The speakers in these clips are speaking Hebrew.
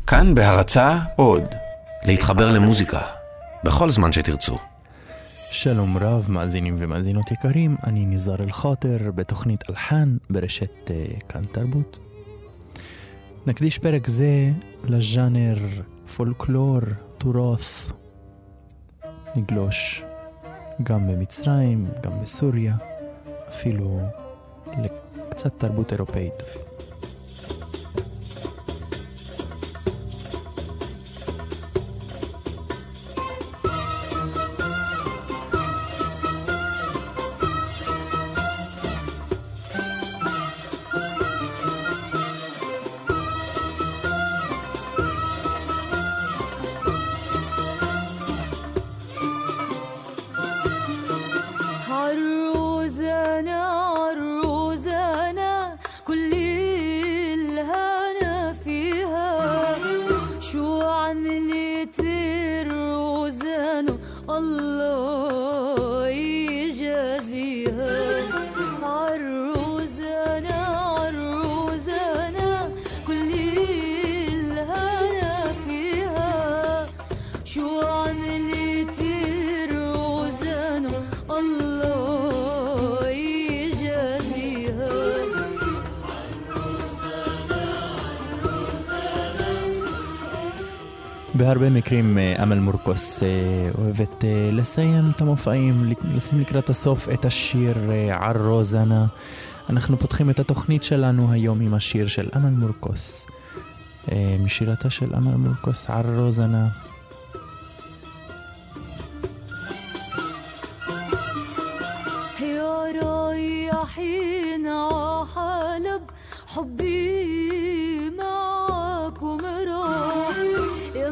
כאן בהרצאה עוד, להתחבר למוזיקה, בכל זמן שתרצו. שלום רב, מאזינים ומאזינות יקרים, אני ניזר אל-חאטר בתוכנית אלחן ברשת כאן תרבות. נקדיש פרק זה לז'אנר פולקלור, תורות. נגלוש גם במצרים, גם בסוריה, אפילו לקצת תרבות אירופאית. בהרבה מקרים אמל מורקוס אוהבת לסיים את המופעים, לשים לקראת הסוף את השיר ערוזנה. אנחנו פותחים את התוכנית שלנו היום עם השיר של אמל מורקוס, משירתה של אמל מורקוס, ערוזנה. يا رايحين عحلب حبي معاكم راح يا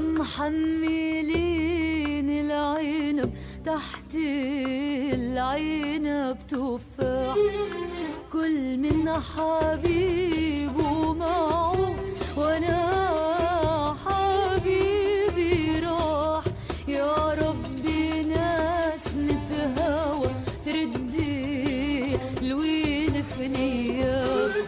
محملين العنب تحت العنب تفاح كل من حبيبه معه وانا حبيبي راح يا ربي ناس متهوى تردي الوين فنيا.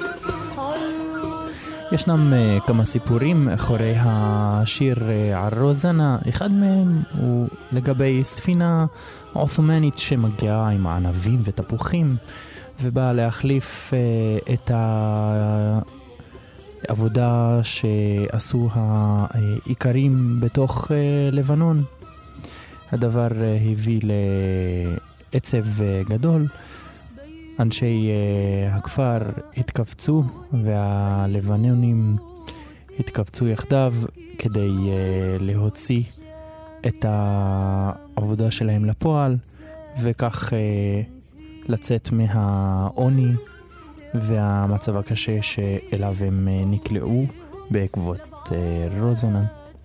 ישנם כמה סיפורים אחרי השיר ערוזנה. אחד מהם הוא לגבי ספינה עות'מאנית שמגיעה עם ענבים ותפוחים ובאה להחליף את העבודה שעשו העיקרים בתוך לבנון. הדבר הביא לעצב גדול. אנשי הכפר התקבצו והלבנונים התקבצו יחדיו כדי להוציא את העבודה שלהם לפועל וכך לצאת מהעוני והמצב הקשה שאליו הם נקלעו בעקבות רוזנה.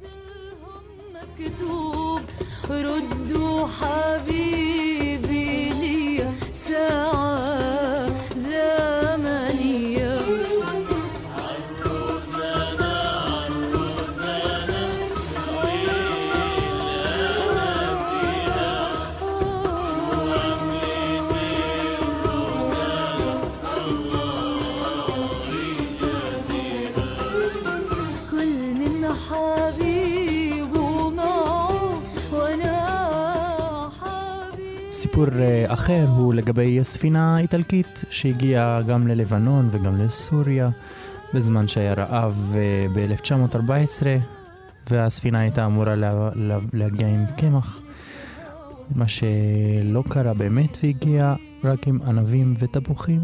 ردوا حبيبي لي ساعة زمنية عروزنا عروزنا ويلها فيها شو عملت الروزانة الله يجازيها كل من حبيبه معه وانا סיפור אחר הוא לגבי ספינה איטלקית שהגיעה גם ללבנון וגם לסוריה בזמן שהיה רעב ב-1914 והספינה הייתה אמורה להגיע עם קמח, מה שלא קרה באמת והגיעה רק עם ענבים ותפוחים.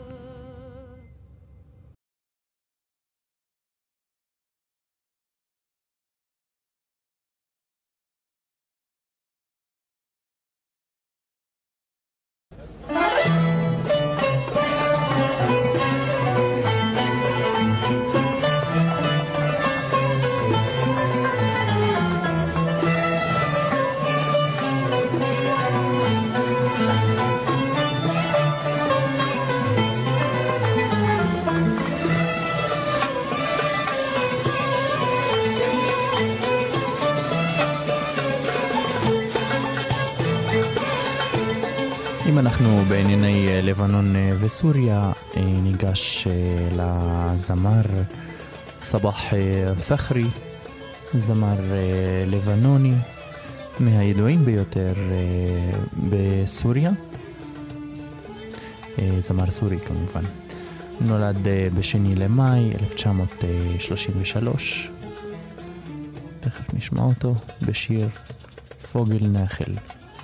אם אנחנו בענייני לבנון וסוריה, ניגש לזמר סבח פחרי זמר לבנוני מהידועים ביותר בסוריה, זמר סורי כמובן. נולד בשני למאי 1933. תכף נשמע אותו בשיר פוגל נחל.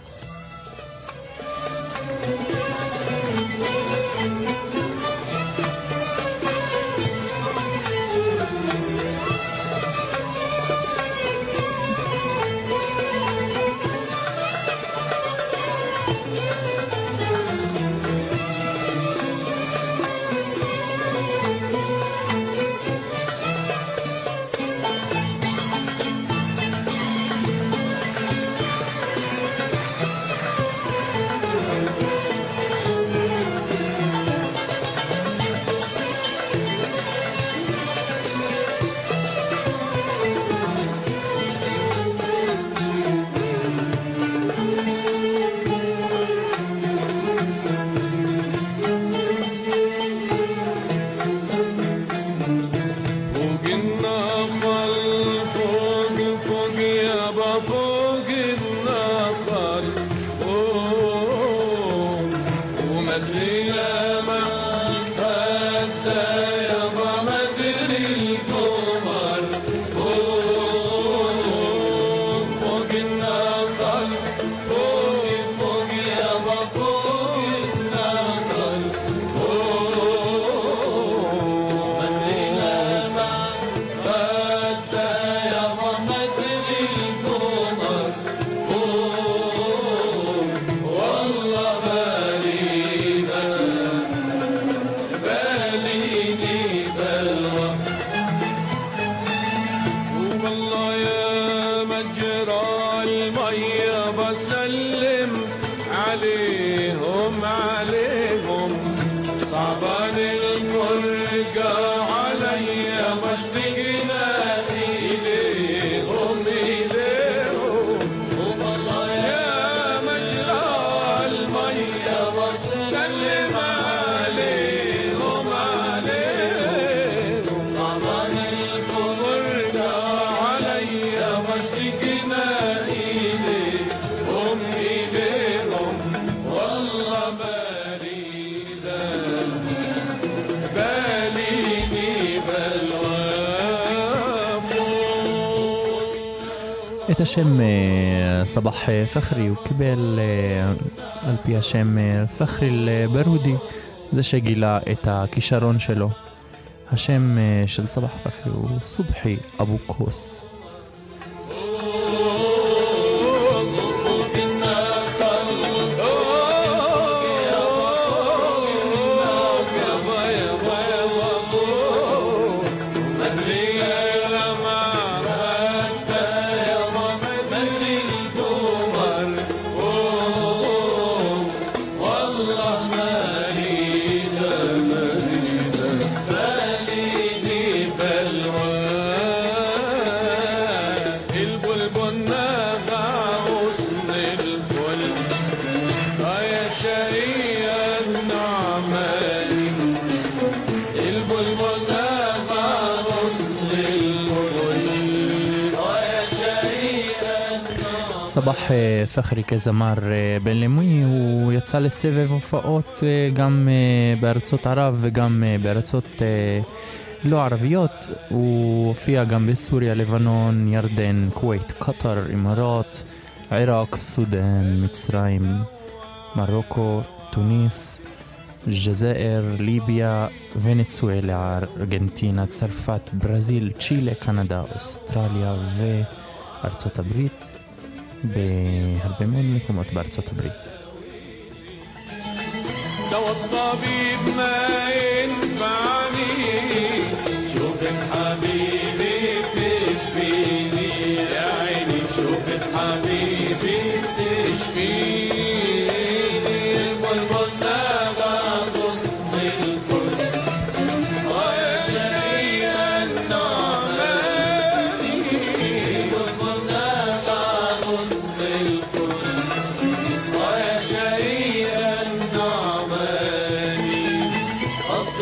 את השם סבח פחרי הוא קיבל על פי השם פחרי אל-ברודי, זה שגילה את הכישרון שלו. השם של סבח פחרי הוא סובחי אבו קוס. סבח פחרי כזמר בינלאומי, הוא יצא לסבב הופעות גם בארצות ערב וגם בארצות לא ערביות. הוא הופיע גם בסוריה, לבנון, ירדן, כווית, קטר, אמרות, עיראק, סודן, מצרים, מרוקו, תוניס, ג'זائر, ליביה, ונצואלה, ארגנטינה, צרפת, ברזיל, צ'ילה, קנדה, אוסטרליה וארצות הברית, בהרבה מאוד מקומות בארצות הברית. دوا الطبيب ما ينفعني شوفت حبيبي بتشفيني يا عيني شوفت حبيبي بتشفيني البلبل نادى غصن الكل يا شيء النعماني البلبل نادى غصن الكل يا شيء النعماني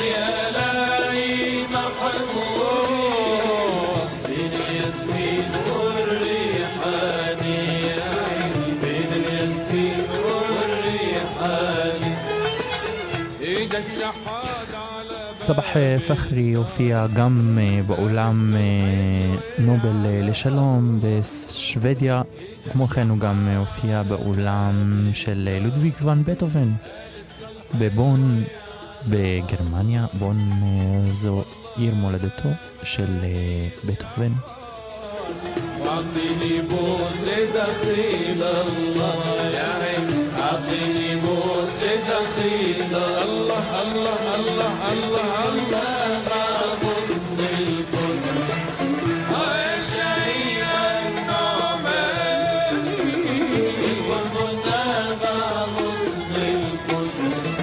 סבח פחרי הופיע גם באולם נובל לשלום בשוודיה, כמו כן הוא גם הופיע באולם של לודוויג ון בטהובן בבון בגרמניה. בון זו עיר מולדתו של בטהובן. أعطيني بوسة دخيل الله يا عين أعطيني بوسة دخيل الله الله الله الله الله غصن الكل شيئا نعمان البلبل نابع غصن الكل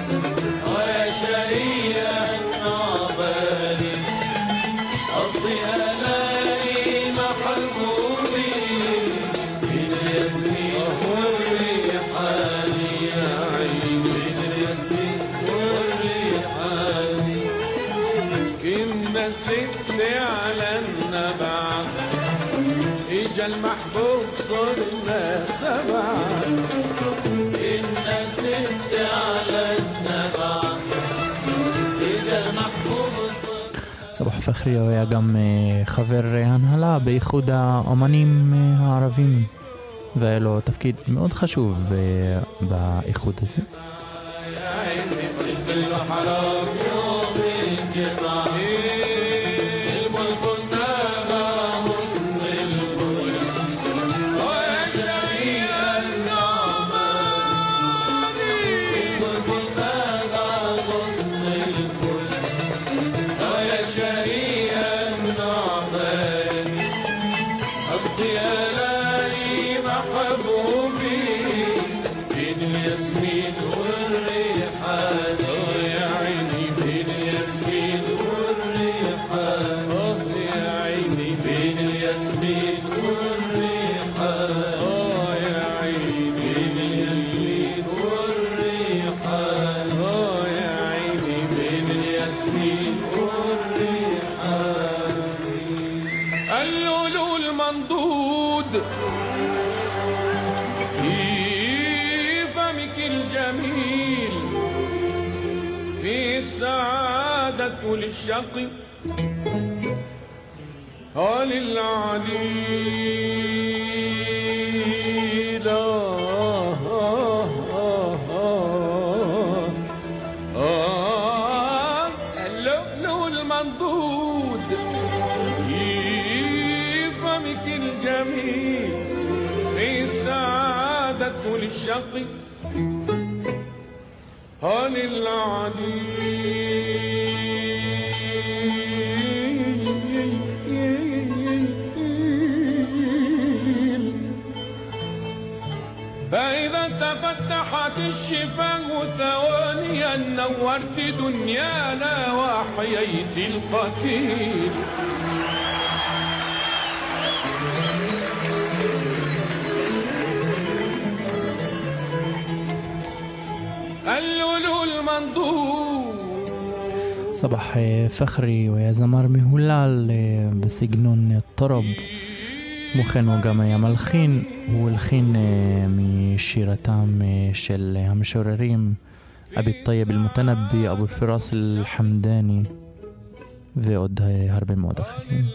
شيئا نعمان قصدي ألاقي محبوبي بين الياسمين والريحان يا عيني بين الياسمين والريحان كنا ست على النبع إجا المحبوب صرنا سبعة كنا ست على النبع إجا المحبوب סבח פחרי הוא היה גם חבר הנהלה באיחוד האמנים הערבים, והיה לו תפקיד מאוד חשוב באיחוד הזה. للشقي وللعليل اللؤلؤ المنضود في فمك الجميل في السعادة للشقي فإذا تفتحت الشفاه ثوانيا نورت دنيانا وأحييت القتيل اللؤلؤ المنضود. صباح فخري ويا זמר מהולל בסגנון טורב. כמו כן הוא גם היה מלחין, הוא הלחין משירתם של המשוררים אבי טייב אל-מותנבי, אבו אל-פיראס אל-חמדני ועוד הרבה מאוד אחרים.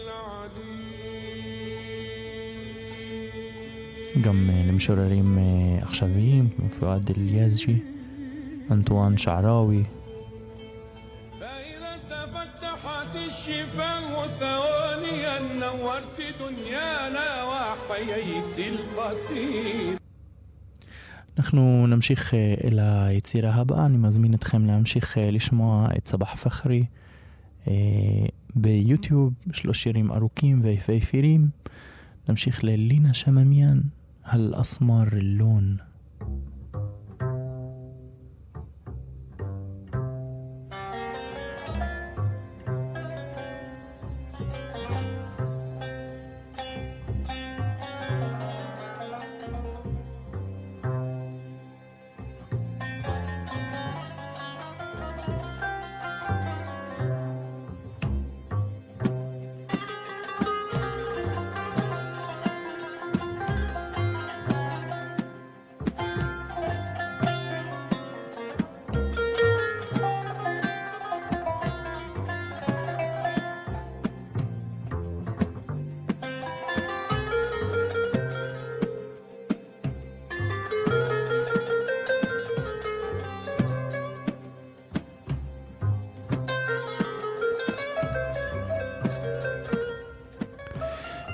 גם למשוררים עכשוויים כמו פואד אל-יזג'י, אנטואן שעראוי. الشفاه ثوانيا نورت دنيانا وحييت القتيل. אנחנו נמשיך אל היצירה הבאה. אני מזמין אתכם להמשיך לשמוע את סבח פחרי ביוטיוב, 3 שירים ארוכים ויפהפיים. נמשיך ללינה שממיאן, الأسمار اللون.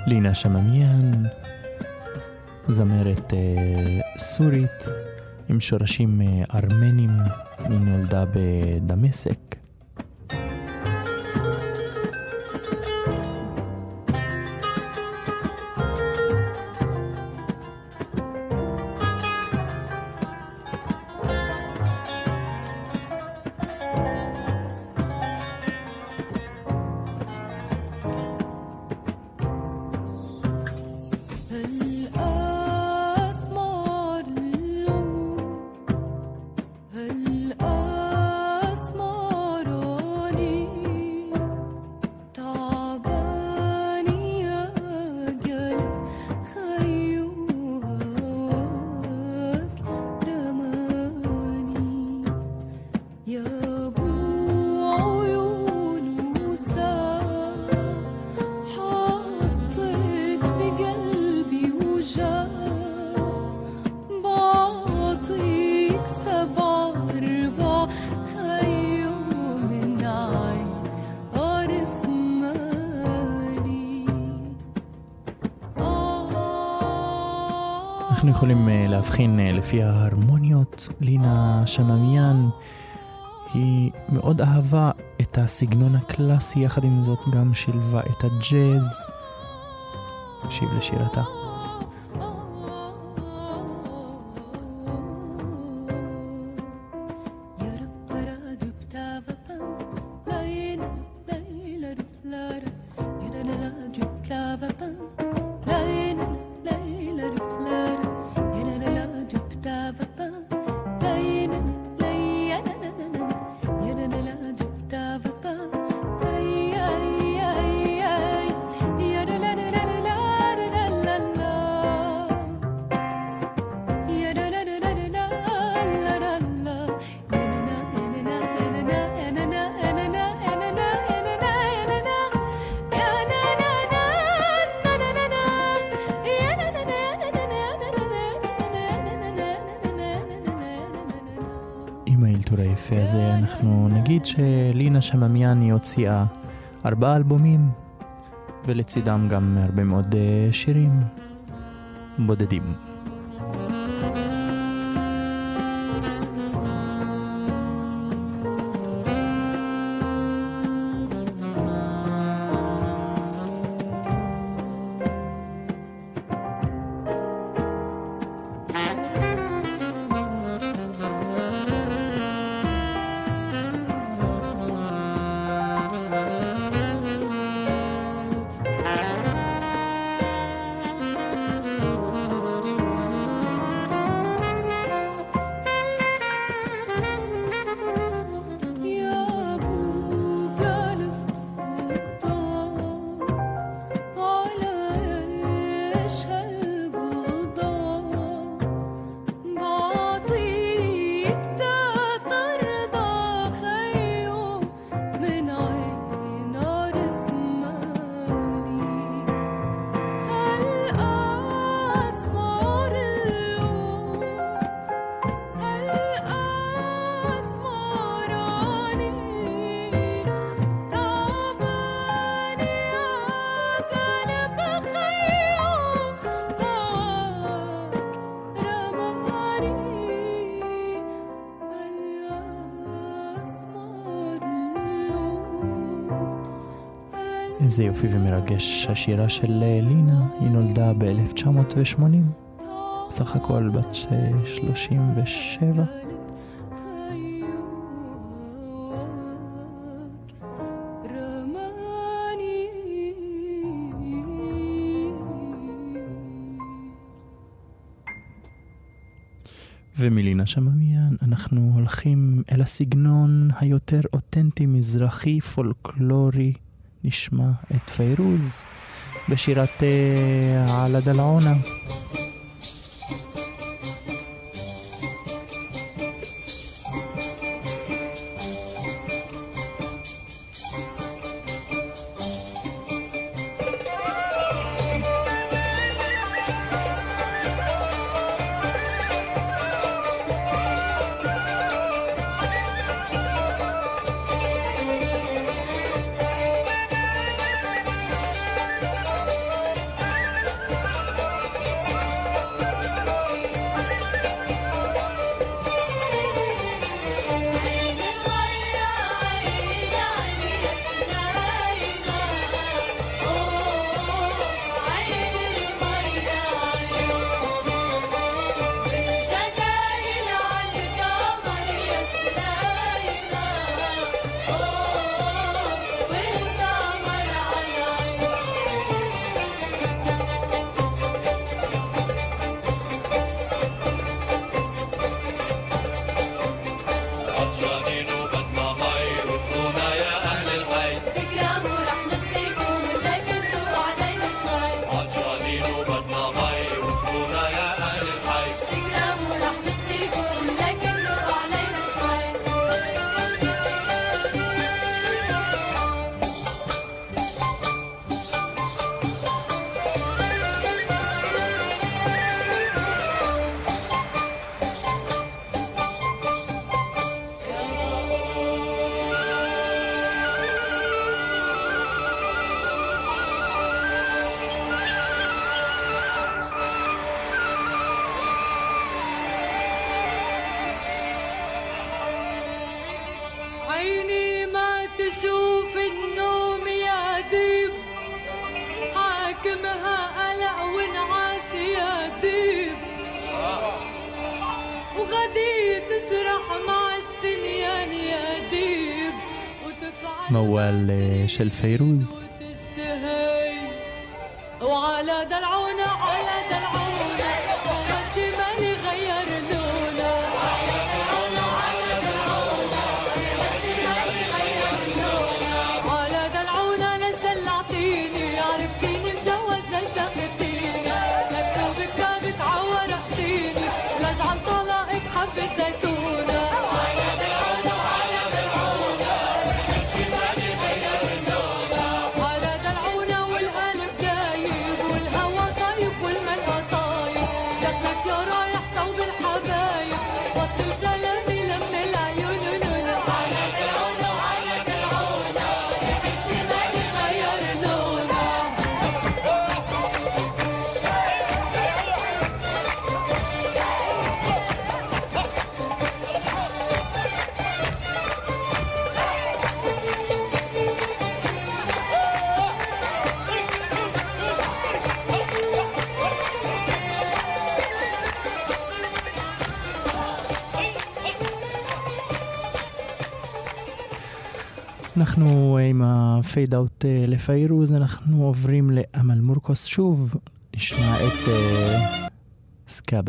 לינה שממיאן, זמרת סורית עם שורשים ארמנים, היא נולדה בדמשק. אנחנו יכולים להבחין לפי ההרמוניות. לינה שממיאן היא מאוד אהבה את הסגנון הקלאסי, יחד עם זאת גם שילבה את הג'אז. נקשיב לשירתה. אז אנחנו נגיד שלינה שממיאן היא הוציאה 4 אלבומים, ולצידם גם הרבה מאוד שירים בודדים. איזה יופי ומרגש השירה של לינה. היא נולדה ב-1980, בסך הכל בת 37. ומלינה שממיאן אנחנו הולכים אל הסגנון היותר אותנטי, מזרחי, פולקלורי. נשמע את פיירוז בשירת על הדלעונה. وغدي تسرح مع الدنيا نياديب وتفعل موال של פיירוז. وتشتهي وعلى دلعونا على دلعونا ومشي ماني غير لونا على دلعونا على دلعونا ومشي ماني غير لونا على دلعونا ليش دلعتيني عرفتيني مجوز ليش دخلتيني مكتوب كتاب تعور احتيني لاجعل طلاقك حبة زيتونة على دلعونا على دلعونا ومشي ماني غير لونا على دلعونا والقلب دايب والهوى طيب والملهى طايب دخلك يا رايح صوب الحبايب وصل سلامي لم العيون على دلعونا على دلعونا ومشي ماني غير لونا אנחנו עם הפייד אאוט לפיירוז, אנחנו עוברים לאמל מורקוס שוב, נשמע את סקאבה.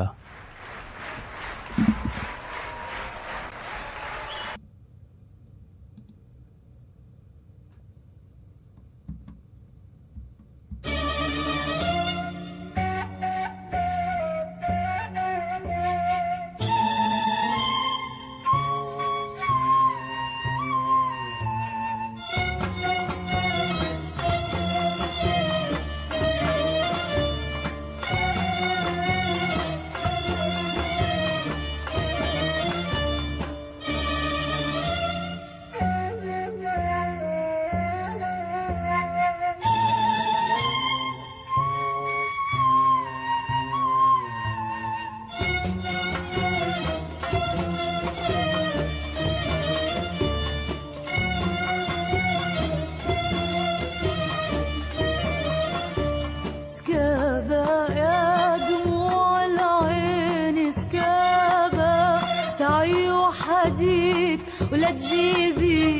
سكابة يا دموع العين سكابة تعي وحديك ولا تجيبي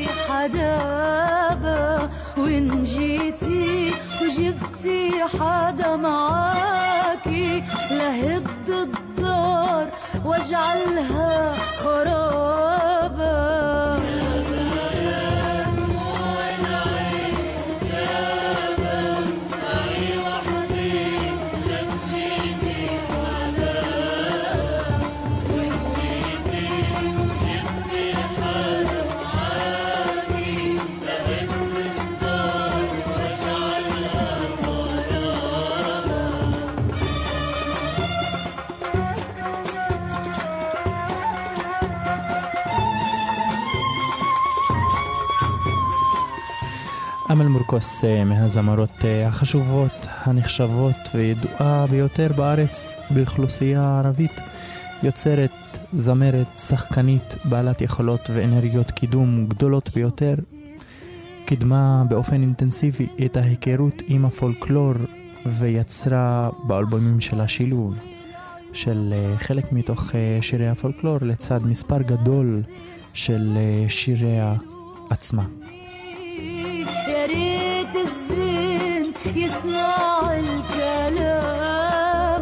حدابة وإن جيتي وجبتي حدا معاكي لهد الدار واجعلها خرابة אמל מורקוס מהזמרות החשובות, הנחשבות וידועה ביותר בארץ באוכלוסייה הערבית, יוצרת, זמרת, שחקנית, בעלת יכולות ואנרגיות קידום גדולות ביותר, קידמה באופן אינטנסיבי את ההיכרות עם הפולקלור ויצרה באלבומים שלה שילוב של חלק מתוך שירי הפולקלור לצד מספר גדול של שיריה עצמה. يا ريت الزين يسمع الكلام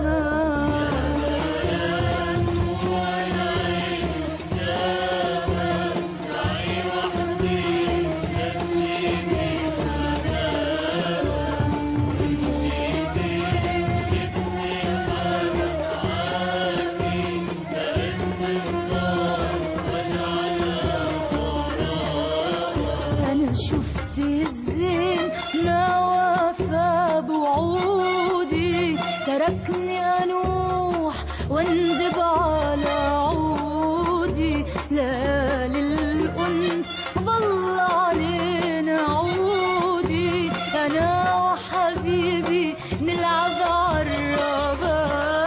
أنا شفت الزين ما وفى بوعودي تركني أنوح واندب على عودي لا للأنس ظل علينا عودي أنا وحبيبي نلعب عالربابة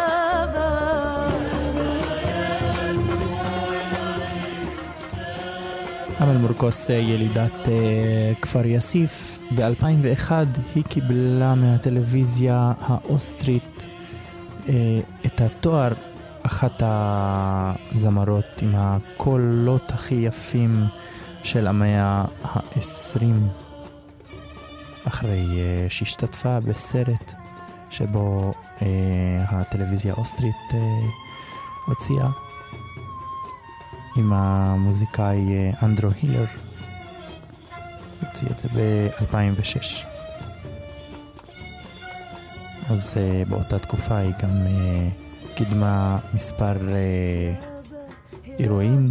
אמל מורקוס ילידת כפר יאסיף. ב-2001 היא קיבלה מהטלוויזיה האוסטרית את התואר אחת הזמרות עם הקולות הכי יפים של המאה ה-20, אחרי שהשתתפה בסרט שבו הטלוויזיה האוסטרית הוציאה עם המוזיקאי אנדרו הילר. הוציא את זה ב-2006. אז באותה תקופה היא גם קידמה מספר אירועים.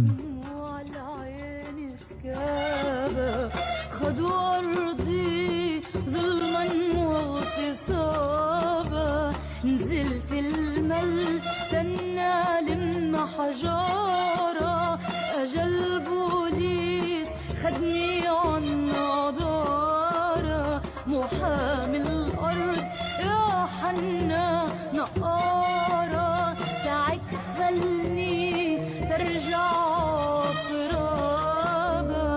نزلت المل تنالم حجارة أجل بوليس خدني عن نظارة محامي الأرض يا حنا نقارة تعك فلني ترجع ترابة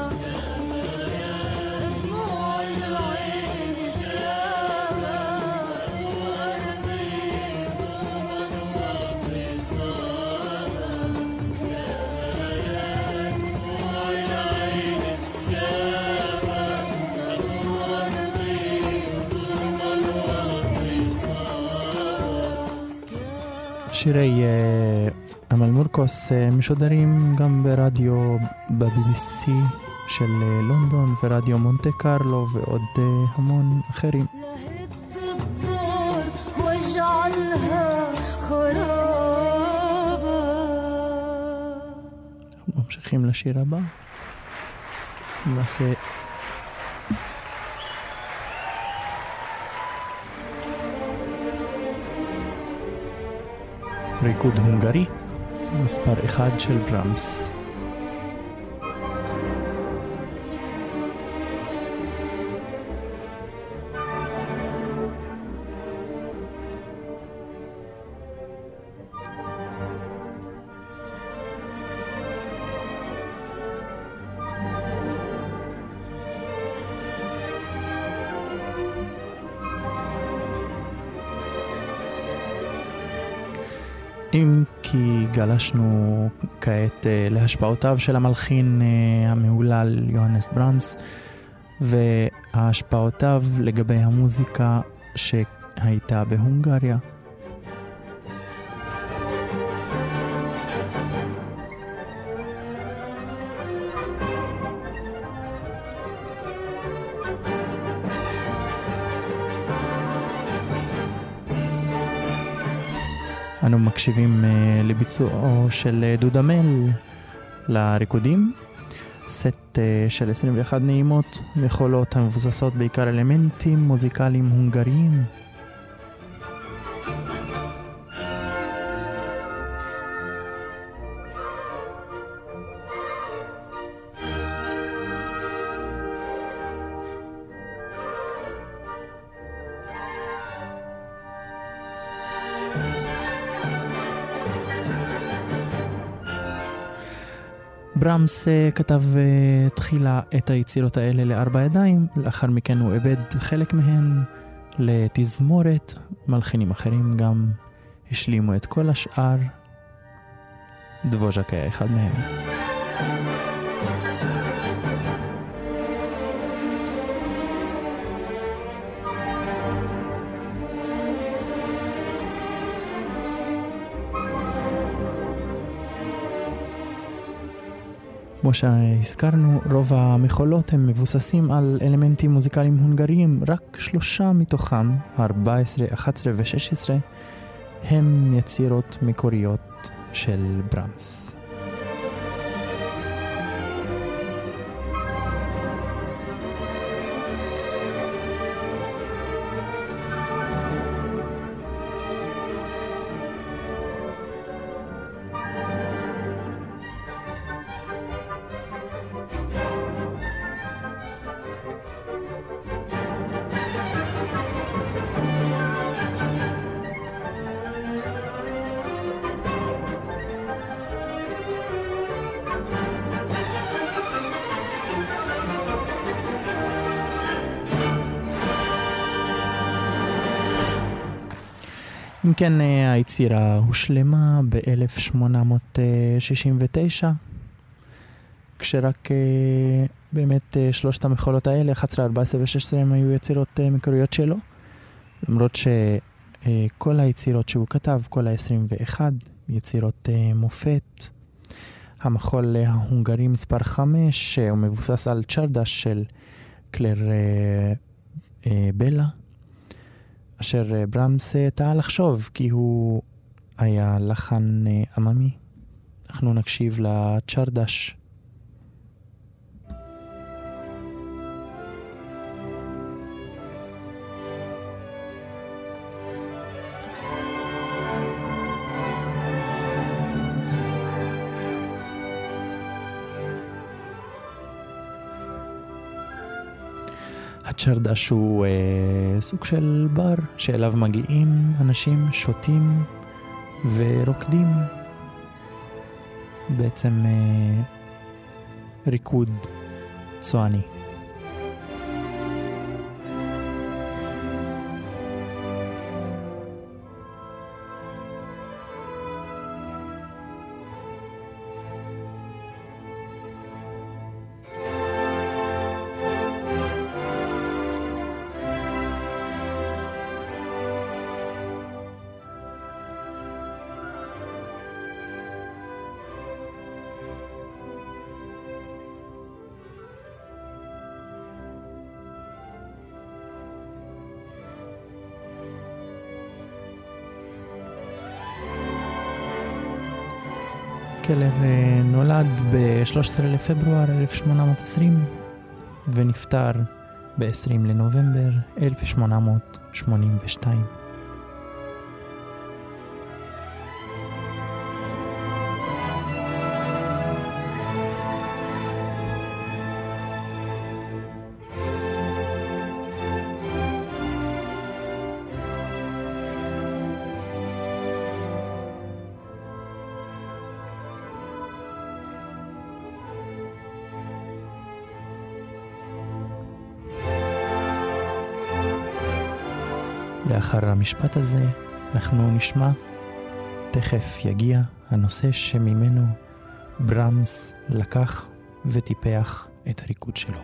دموع العين שירי אמל מורקוס משודרים גם ברדיו ב-BBC של לונדון ורדיו מונטה קרלו ועוד המון אחרים. אנחנו ממשיכים לשיר הבא. נעשה ריקוד הונגרי, מספר 1 של ברמס. אם כי גלשנו כעת להשפעותיו של המלחין המהולל יוהנס ברמס וההשפעותיו לגבי המוזיקה שהייתה בהונגריה. אנו מקשיבים לביצועו של דודמל לריקודים, סט של 21 נעימות, מחולות המבוססות בעיקר אלמנטים מוזיקליים הונגריים. ברמס כתב תחילה את היצירות האלה לארבע ידיים, לאחר מכן הוא איבד חלק מהן לתזמורת, מלחינים אחרים גם השלימו את כל השאר, דבוז'ק היה אחד מהם. כמו שהזכרנו, רוב המחולות הם מבוססים על אלמנטים מוזיקליים הונגריים, רק 3 מתוכם, 14, 11 ו-16, הם יצירות מקוריות של ברמס. אם כן, היצירה הושלמה ב-1869, כשרק באמת שלושת המחולות האלה, 11, 14 ו-16, הם היו יצירות מקוריות שלו, למרות שכל היצירות שהוא כתב, כל ה-21, יצירות מופת. המחול ההונגרי מספר 5, הוא מבוסס על צ'רדש של קלר בלה, אשר ברמס טעה לחשוב כי הוא היה לחן עממי. אנחנו נקשיב לצ'רדש. הצ'רדש הוא סוג של בר שאליו מגיעים אנשים, שותים ורוקדים. בעצם ריקוד צועני. קלר נולד ב-13 לפברואר 1820 ונפטר ב-20 לנובמבר 1882. לאחר המשפט הזה אנחנו נשמע, תכף יגיע הנושא שממנו ברמס לקח וטיפח את הריקוד שלו.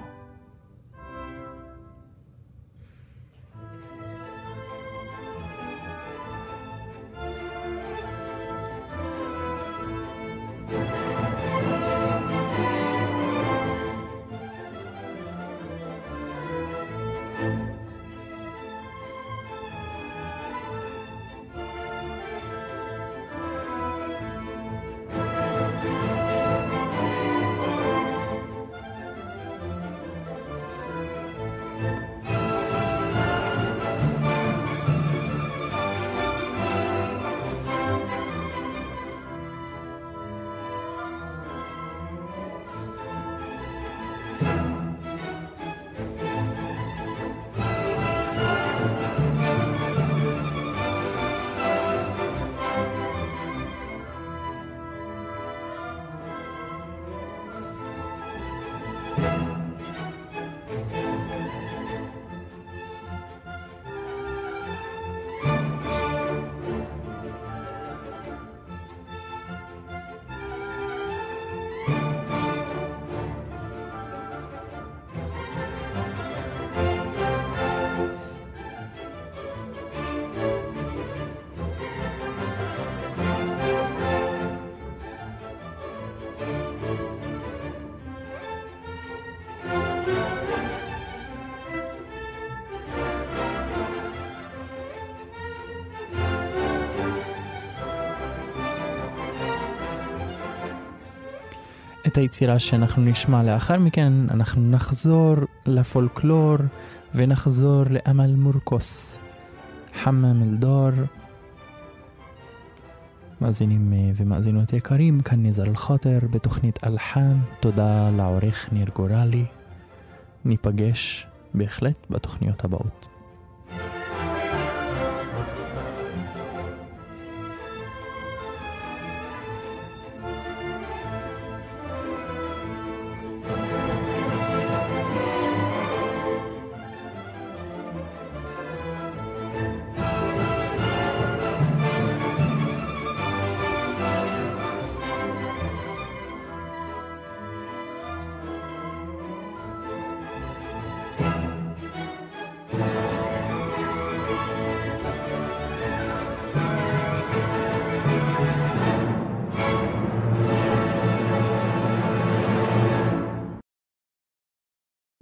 את היצירה שאנחנו נשמע לאחר מכן, אנחנו נחזור לפולקלור ונחזור לאמל מורקוס, חמם אלדור. מאזינים ומאזינות יקרים, כאן נזר אל-חאטר בתוכנית אלחן. תודה לעורך ניר גורלי. ניפגש בהחלט בתוכניות הבאות.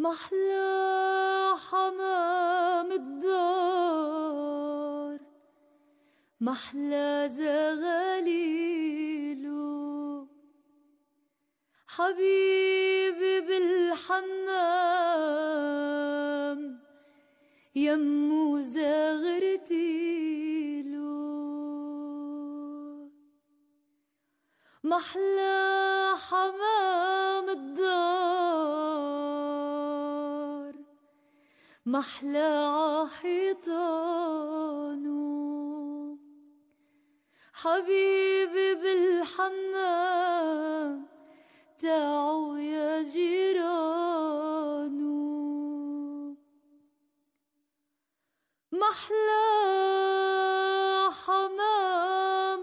محلى حمام الدار محلى زغاليلو حبيبي بالحمام يمو زغرتيلو محلى حمام الدار محلى عحيطانو حبيبي بالحمام تعوا يا جيرانو محلى حمام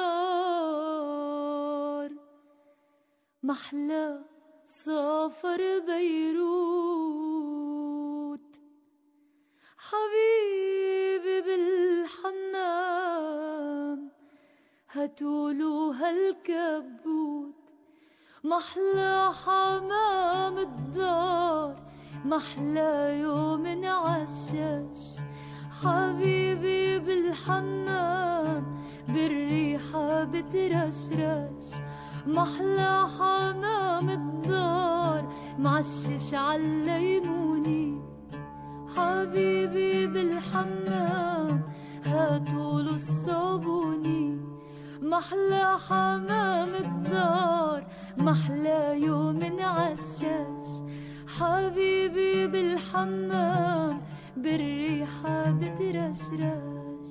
الدار محلى سافر بيروت حبيبي بالحمام هاتولو هالكبوت محلى حمام الدار محلى يوم عشاش حبيبي بالحمام بالريحة بترشرش محلى حمام الدار معشش عالليموني حبيبي بالحمام هاتولو الصابوني محلى حمام الدار محلى يوم عشاش حبيبي بالحمام بالريحة بترشرش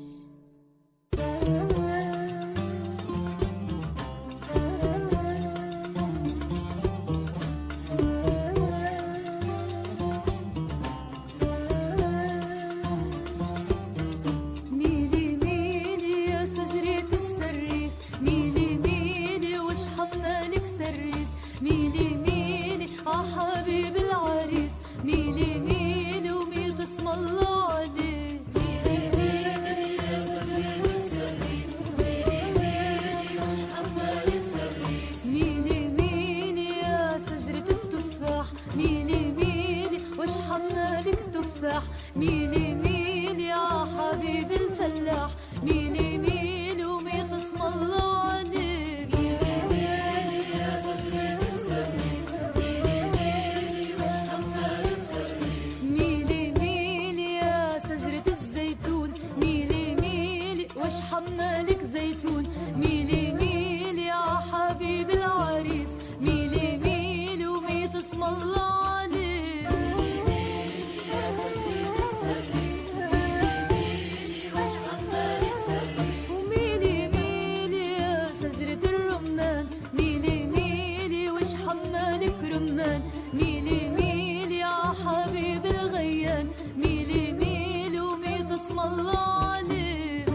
ميلي ميلي يا سجرة السريس ميلي ميلي وش حمالك سريس ميلي ميلي عحبيب العريس ميلي ميلي وميت اسم الله عليه ميلي ميلي يا سجرة السريس ميلي ميلي وش حمالك سريس ميلي ميلي يا سجرة التفاح ميلي ميلي وش حمالك تفاح ميلي ميلي يا حبيب الفلاح ميلي ميلي وميت اسم الله عليه ميلي ميلي يا سجرة السريس ميلي ميلي وش حمالك سريس ميلي ميلي يا سجرة الزيتون ميلي ميلي وش حمالك زيتون ميلي ميلي يا حبيب العريس ميلي ميلي وميت اسم الله عليه ميلي ميلي يا سجرة السريس ميلي ميلي وش حمالك سريس وميلي ميلي يا سجرة الرمان ميلي ميلي وش حمالك رمان ميلي ميلي يا حبيب الغيان ميلي ميلي وميت اسم الله عليه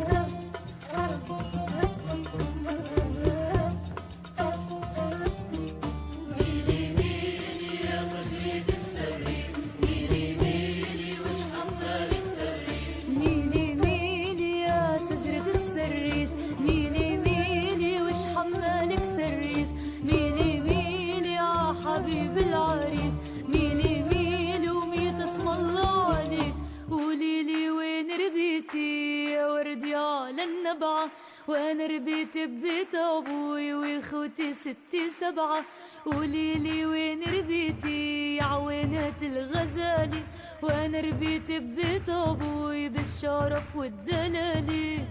ميلي ميلي يا سجرة السريس ميلي ميلي وش حمالك سريس ميلي ميلي يا سجرة السريس ميلي ميلي وش حمالك سريس ميلي ميلي يا حبيب العريس ميلي ميلي وميت اسم الله عليه قوليلي وين ربيتي يا وردي على النبعة وانا ربيت ببيت ابوي واخوتي ستي سبعة قوليلي وين ربيتي يا عوينات الغزالي وانا ربيت ببيت ابوي بالشرف والدلالي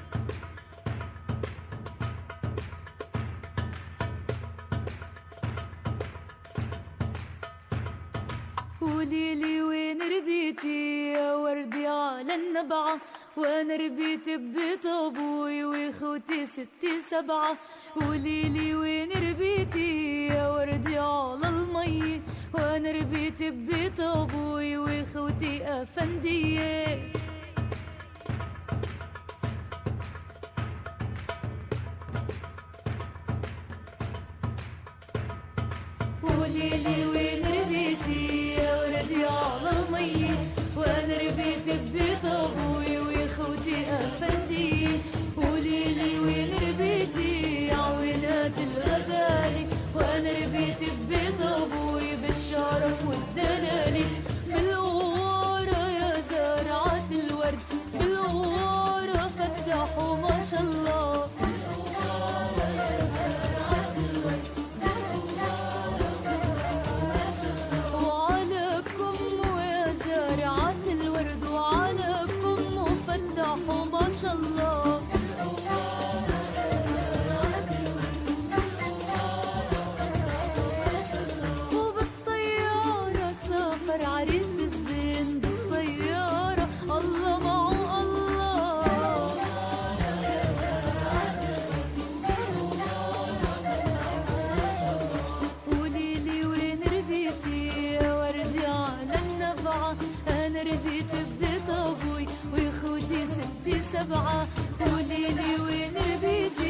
قوليلي وين ربيتي يا وردي على النبعة وانا ربيت ببيت ابوي واخوتي ستي سبعة قوليلي وين ربيتي يا وردي على المي وانا ربيت ببيت ابوي واخوتي افندية قوليلي وين ربيتي يا وردي على المي وانا ربيت ببيت ابوي واخوتي افندية قوليلي وين ربيتي عوينات الغزالي وانا ربيت ببيت ابوي بالشرف والدلال ما شاء الله. وبالطيارة سافر عريس الزين بالطيارة الله معه الله. قوليلي وين ربيتي يا وردي على النبعة، أنا ربيت ببيت أبوي وإخوتي 6 7. قوليلي وين ربيتي